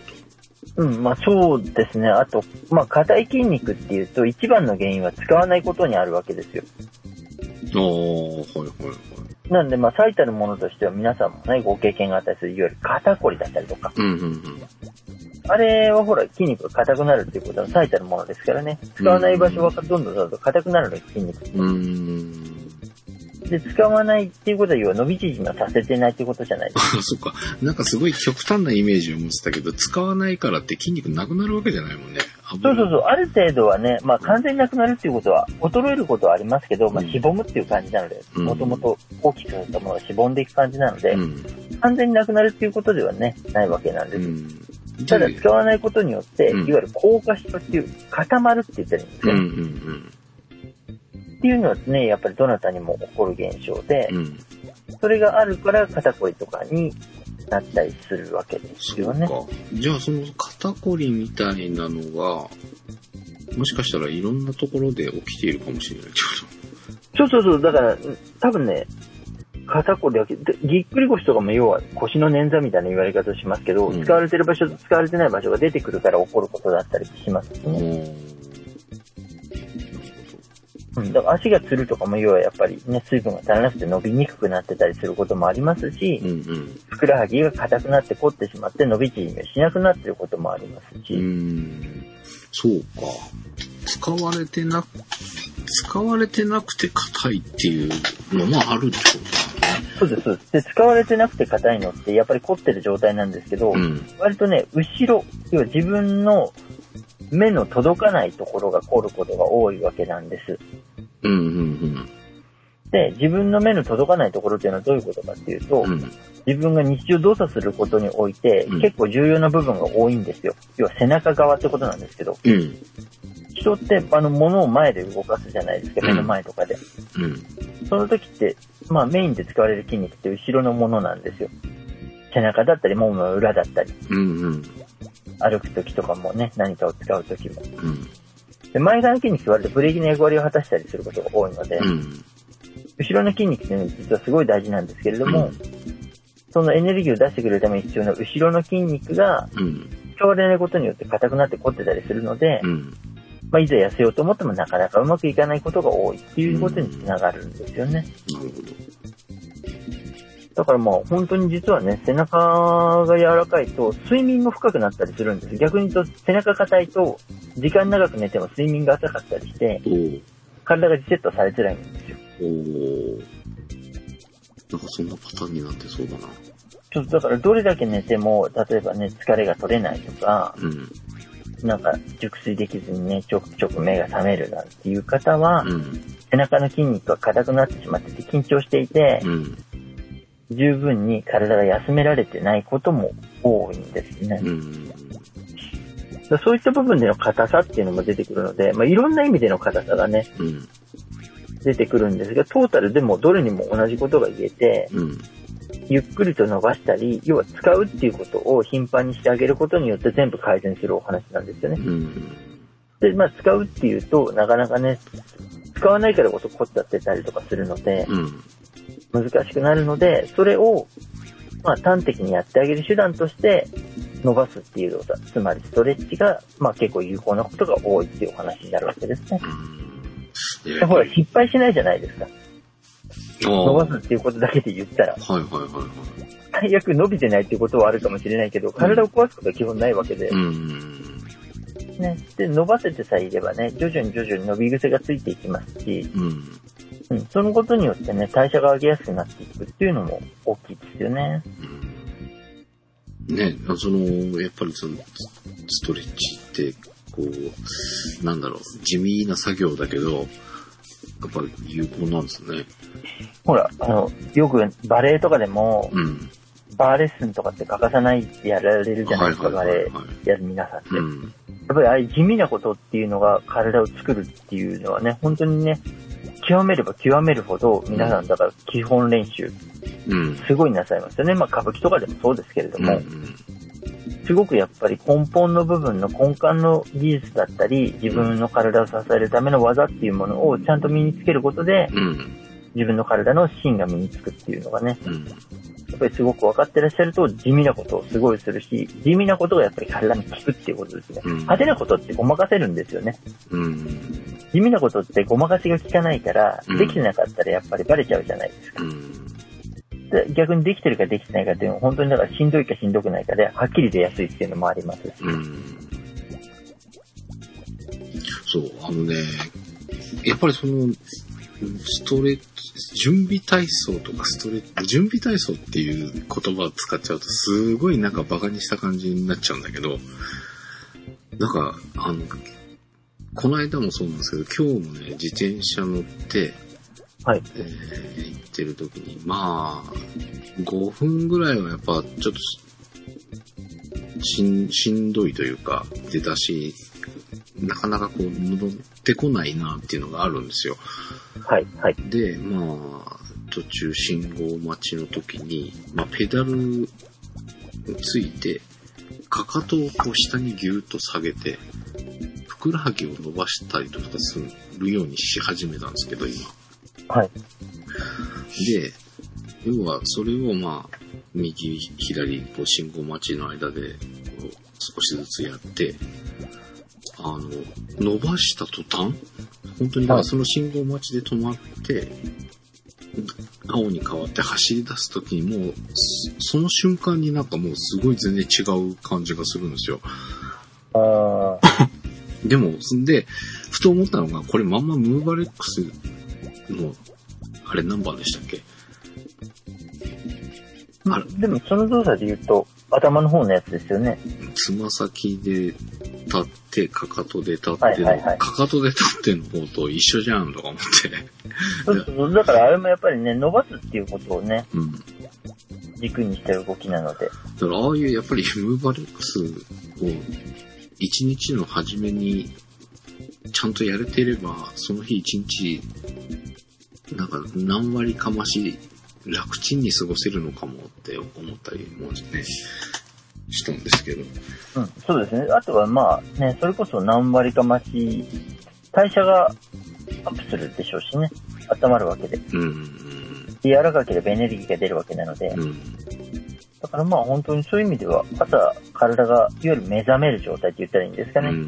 うん、まあそうですね。あと、まあ硬い筋肉っていうと一番の原因は使わないことにあるわけですよ。 ああ、はいはいはい。 なんでまあ最たるものとしては皆さんもね、ご経験があったりするいわゆる肩こりだったりとか。 うんうんうん。 あれはほら筋肉が硬くなるっていうことは最たるものですからね。使わない場所はどんどんどんどん硬くなるの筋肉。 うーん。 で、使わないっていうことは要は伸び縮みをさせてないっていうことじゃないですか。 あ、そっか。なんかすごい極端なイメージを持ってたけど、使わないからって筋肉なくなるわけじゃないもんね。 そうそうそう。ある程度はね、まあ完全になくなるっていうことは、衰えることはありますけど、まあしぼむっていう感じなので、もともと大きくなったものがしぼんでいく感じなので、うん、完全になくなるっていうことではね、ないわけなんです。うんただ使わないことによって、うん、いわゆる硬化したっていう固まるって言ったらいいんですよ、うんうんうん。っていうのはね、やっぱりどなたにも起こる現象で、うん、それがあるから肩こりとかになったりするわけですよね。 そうか。じゃあその肩こりみたいなのが、もしかしたらいろんなところで起きているかもしれないってこと？そうそうそう。だから多分ね、肩こりだけぎっくり腰とかも要は腰の捻挫みたいな言われ方をしますけど、うん、使われてる場所と使われてない場所が出てくるから起こることだったりしますね。うん、だから足がつるとかも要はやっぱりね、水分が足らなくて伸びにくくなってたりすることもありますし、うんうん、ふくらはぎが硬くなって凝ってしまって伸び縮みをしなくなっていることもありますし。 うーん、そうか。使われてなく、使われてなくて硬いっていうのもあるってことだね。 そうです、そうです。で、使われてなくて硬いのってやっぱり凝ってる状態なんですけど、うん、割とね、後ろ、要は自分の目の届かないところが凝ることが多いわけなんです。 うんうんうん。 で、自分の目の届かないところっていうのはどういうことかっていうと、うん、自分が日常動作することにおいて、うん、結構重要な部分が多いんですよ。要は背中側ってことなんですけど、うん、人ってあの物を前で動かすじゃないですか、目の前とかで。うん、その時って、まあメインで使われる筋肉って後ろのものなんですよ。背中だったり、ももの裏だったり。うんうん、歩く時とかもね、何かを使う時も。うん、で前側の筋肉は割とブレーキの役割を果たしたりすることが多いので、うん、後ろの筋肉っていうのは実はすごい大事なんですけれども、うん、そのエネルギーを出してくれるために必要な後ろの筋肉が使われないことによって硬くなって凝ってたりするので、うん、まあ、いざ痩せようと思ってもなかなかうまくいかないことが多いっていうことにつながるんですよね。なるほど。だからまあ本当に実はね、背中が柔らかいと睡眠も深くなったりするんです。逆に言うと背中硬いと時間長く寝ても睡眠が浅かったりして、体がリセットされづらいんですよ。おー。 なんかそんなパターンになってそうだな。 ちょっとだからどれだけ寝ても、例えばね、疲れが取れないとか、うん、なんか熟睡できずにね、ちょくちょく目が覚めるなんていう方は、うん、背中の筋肉が硬くなってしまってて緊張していて、うん、十分に体が休められてないことも多いんですね。うん、だそういった部分での硬さっていうのも出てくるので、まあ、いろんな意味での硬さがね、うん、出てくるんですが、トータルでもどれにも同じことが言えて、うん、ゆっくりと伸ばしたり、要は使うっていうことを頻繁にしてあげることによって全部改善するお話なんですよね。うん、で、まあ使うっていうと、なかなかね、使わないからこそ凝っちゃってたりとかするので、うん、難しくなるので、それを、まあ端的にやってあげる手段として、伸ばすっていう動作、つまりストレッチが、まあ結構有効なことが多いっていうお話になるわけですね。うん、でほら、失敗しないじゃないですか。伸ばすっていうことだけで言ったら。はいはいはいはい。最悪伸びてないっていうことはあるかもしれないけど、体を壊すことは基本ないわけで。うん。ね。で、伸ばせてさえいればね、徐々に徐々に伸び癖がついていきますし、うん。うん。そのことによってね、代謝が上げやすくなっていくっていうのも大きいですよね。 うん、ね、その、やっぱりその、ストレッチって、こう、なんだろう、地味な作業だけど、やっぱり有効なんですね。 ほら、あの、よくバレエとかでも、うん、バーレッスンとかって欠かさないってやられるじゃないですか、バレエやる皆さんって、うん。やっぱりああいう地味なことっていうのが体を作るっていうのはね、本当にね、極めれば極めるほど皆さんだから基本練習、うん、すごいなさいますよね。まあ歌舞伎とかでもそうですけれども、うんうん、 すごくやっぱり根本の部分の根幹の技術だったり、自分の体を支えるための技っていうものをちゃんと身につけることで、 うん。 自分の体の芯が身につくっていうのがね、 うん。 やっぱりすごく分かってらっしゃると地味なことをすごいするし、地味なことがやっぱり体に効くっていうことですね。 うん、 派手なことってごまかせるんですよね。 うん。 地味なことってごまかしが効かないから、 うん、 できてなかったらやっぱりバレちゃうじゃないですか。 うんで逆にできてるかできてないかっていうのは本当にだからしんどいかしんどくないかではっきり出やすいっていうのもありますし。 うん。そう、あのね、やっぱりその、ストレッチ、準備体操とかストレッチ、準備体操っていう言葉を使っちゃうとすごいなんかバカにした感じになっちゃうんだけど、なんか、あの、この間もそうなんですけど、今日もね、自転車乗って、 はい。 えー、行ってる時に、まあ、ごふんぐらいはやっぱちょっとしん、しんどいというか、出だし、なかなかこう、乗ってこないなっていうのがあるんですよ。 はい、はい。 で、まあ、途中信号待ちの時に、まあ、ペダルついて、かかとをこう下にギューッと下げて、ふくらはぎを伸ばしたりとかするようにし始めたんですけど、今。 はい。 で、要はそれをまあ、右、左、こう信号待ちの間で、こう少しずつやって、あの、伸ばした途端、本当にだからその信号待ちで止まって、青に変わって走り出すときにもう、その瞬間になんかもうすごい全然違う感じがするんですよ。 あでも、で、ふと思ったのが、これまんまムーバレックスの、あれ何番でしたっけ？ あでもその動作で言うと、頭の方のやつですよね。 つま先で立って、かかとで立って、 はいはいはい、 かかとで立っての方と一緒じゃんとか思って。 そうそう、だからあれもやっぱりね、伸ばすっていうことをね、 うん、 軸にした動きなので。 だからああいうやっぱりムーバレックスを一日の初めにちゃんとやれていれば、その日一日、なんか何割かまし楽ちんに過ごせるのかもって思ったりもね、したんですけど。 うん、そうですね。あとはまあね、それこそ何割かまし、代謝がアップするでしょうしね。温まるわけで。 うんうん、 柔らかければエネルギーが出るわけなので。うん、だからまあ本当にそういう意味では、朝体がいわゆる目覚める状態って言ったらいいんですかね。うん、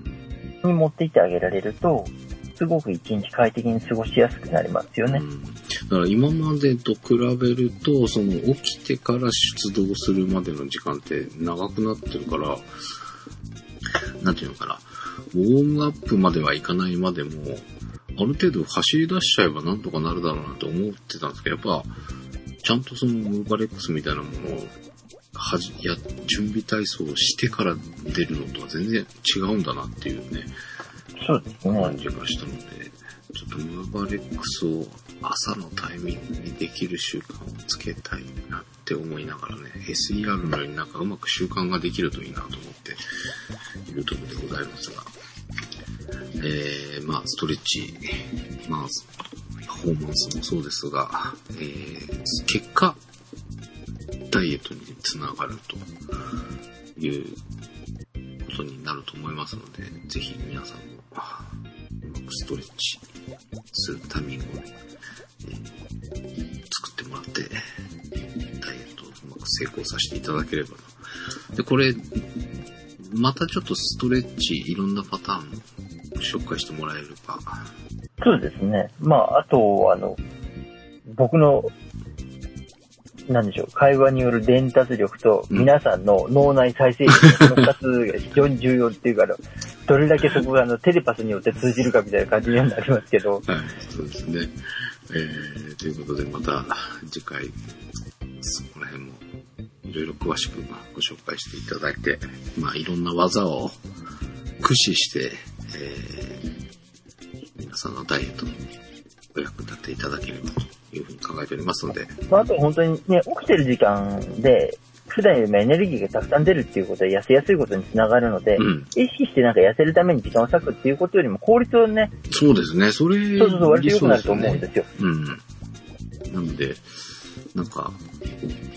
に持っていってあげられると、すごく一日快適に過ごしやすくなりますよね。うん、 だから今までと比べると、その起きてから出動するまでの時間って長くなってるから、なんていうのかな、ウォームアップまではいかないまでも、ある程度走り出しちゃえばなんとかなるだろうなと思ってたんですけど、やっぱ、ちゃんとそのムーバレックスみたいなものを、はじ、や、準備体操をしてから出るのとは全然違うんだなっていうね。 そうですね。 感じがしたので、ちょっとムーバレックスを朝のタイミングにできる習慣をつけたいなって思いながらね、エスイーアール のようになんかうまく習慣ができるといいなと思っているところでございますが、えー、まあストレッチ、まあパフォーマンスもそうですが、えー、結果ダイエットにつながるということになると思いますので、ぜひ皆さんもうまくストレッチするタイミングを、えー、作ってもらってダイエットをうまく成功させていただければな。で、これまたちょっとストレッチいろんなパターン紹介してもらえるか。 そうですね。まああとあの僕のなんでしょう、会話による伝達力と皆さんの脳内再生力のふたつが非常に重要っていうか、どれだけそこがあのテレパスによって通じるかみたいな感じにはなりますけど。はい、 そうですね。えー、ということでまた次回そこら辺もいろいろ詳しくご紹介していただいて、まあいろんな技を駆使して、えー、皆さんのダイエットのお役立ていただければというふうに考えておりますので。 あと本当にね、起きてる時間で、普段よりもエネルギーがたくさん出るっていうことは痩せやすいことにつながるので、うん、意識してなんか痩せるために時間を割くっていうことよりも効率をね。 そうですね、それ、 そうそうそう、割と良くなると思うんですよ。 うん。なので、なんか、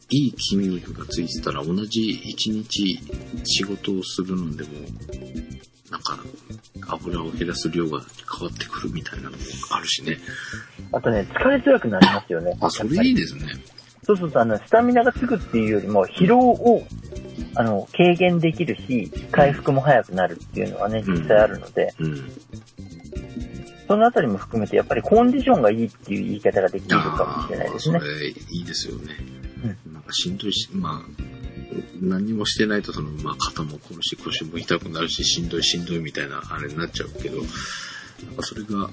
いい筋肉がついてたら同じ一日仕事をするのでも、なんか油を減らす量が変わってくるみたいなのもあるしね。 あとね、疲れづらくなりますよね。 あ、それいいですね。 そうそうそう、あの、スタミナがつくっていうよりも、疲労を、あの、軽減できるし、回復も早くなるっていうのはね、実際あるので、 うん。うん、 そのあたりも含めて、やっぱりコンディションがいいっていう言い方ができるかもしれないですね。 それいいですよね。うん、なんかしんどいし、まあ、何もしてないとその、まあ、肩も凝るし、腰も痛くなるし、しんどいしんどいみたいなあれになっちゃうけど、なんかそれが、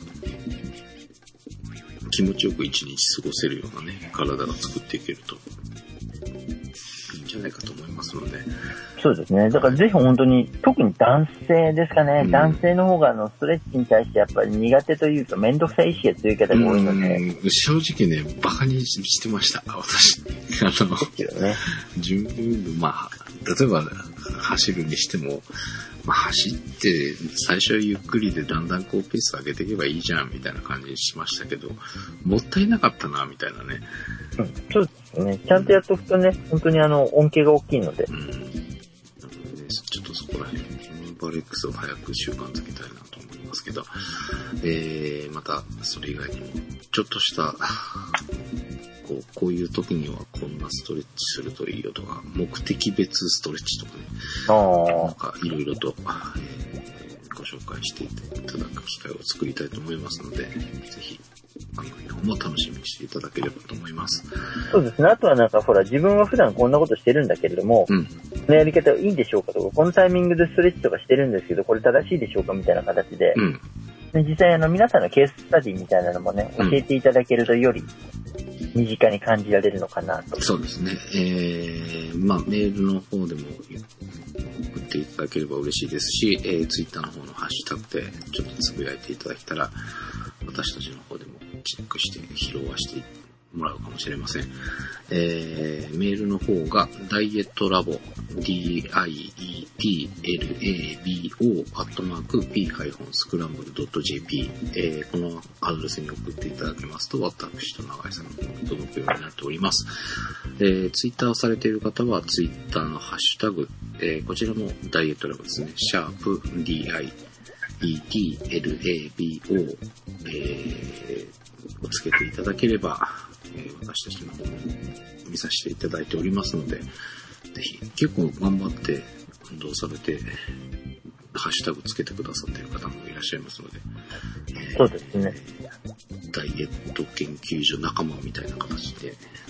気持ちよく一日過ごせるようなね、体が作っていけるといいんじゃないかと思いますので。 そうですね。だからぜひ本当に、特に男性ですかね。うん、男性の方があのストレッチに対してやっぱり苦手というか面倒くさい意識が強い方が多いので。 うん、正直ね、バカにしてました、私。あの、 ですよね。 十分、まあ、例えば走るにしても、まあ、走って最初はゆっくりでだんだんこうペース上げていけばいいじゃんみたいな感じにしましたけど、もったいなかったなみたいなね。 うん、そうですね。ちゃんとやっておくとね、本当にあの恩恵が大きいので。うん。なのでね、 ちょっとそこら辺バレックスを早く習慣づけたいなと思いますけど、えー、またそれ以外にもちょっとしたこう、こういう時にはこんなストレッチするといいよとか、目的別ストレッチとかね、なんかいろいろと、えー、ご紹介していただく機会を作りたいと思いますので、ぜひ番組の方も楽しみにしていただければと思います。 そうですね。あとはなんかほら、自分は普段こんなことしてるんだけれども、うん、このやり方いいんでしょうかとか、このタイミングでストレッチとかしてるんですけど、これ正しいでしょうかみたいな形で、うん、実際あの皆さんのケーススタディみたいなのもね、教えていただけるとより、身近に感じられるのかなと。 そうですね。えー、まあメールの方でも送っていただければ嬉しいですし、えー、ツイッターの方のハッシュタグでちょっとつぶやいていただけたら、私たちの方でもチェックして拾わしてもらうかもしれません。えー、メールの方がダイエットラボ ディーアイイーティーエルエービーオー アットマーク ピー スクランブル ドット ジェーピー、えー、このアドレスに送っていただけますと私と永井さんの方に届くようになっております。えー、ツイッターをされている方はツイッターのハッシュタグ、えー、こちらもダイエットラボですね。シャープ ディーアイイーティーエルエービーオー、えー、をつけていただければ、えー、私たちの方も見させていただいておりますので、ぜひ結構頑張って運動されてハッシュタグつけてくださっている方もいらっしゃいますので、 えー、そうですね。 ダイエット研究所仲間みたいな形で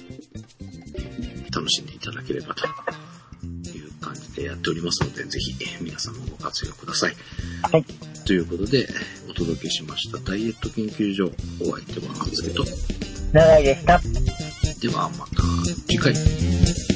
楽しんでいただければという感じでやっておりますので、ぜひ皆さんもご活用ください。 はい。 ということでお届けしましたダイエット研究所、お相手はハズレと長井でした。 ではまた次回。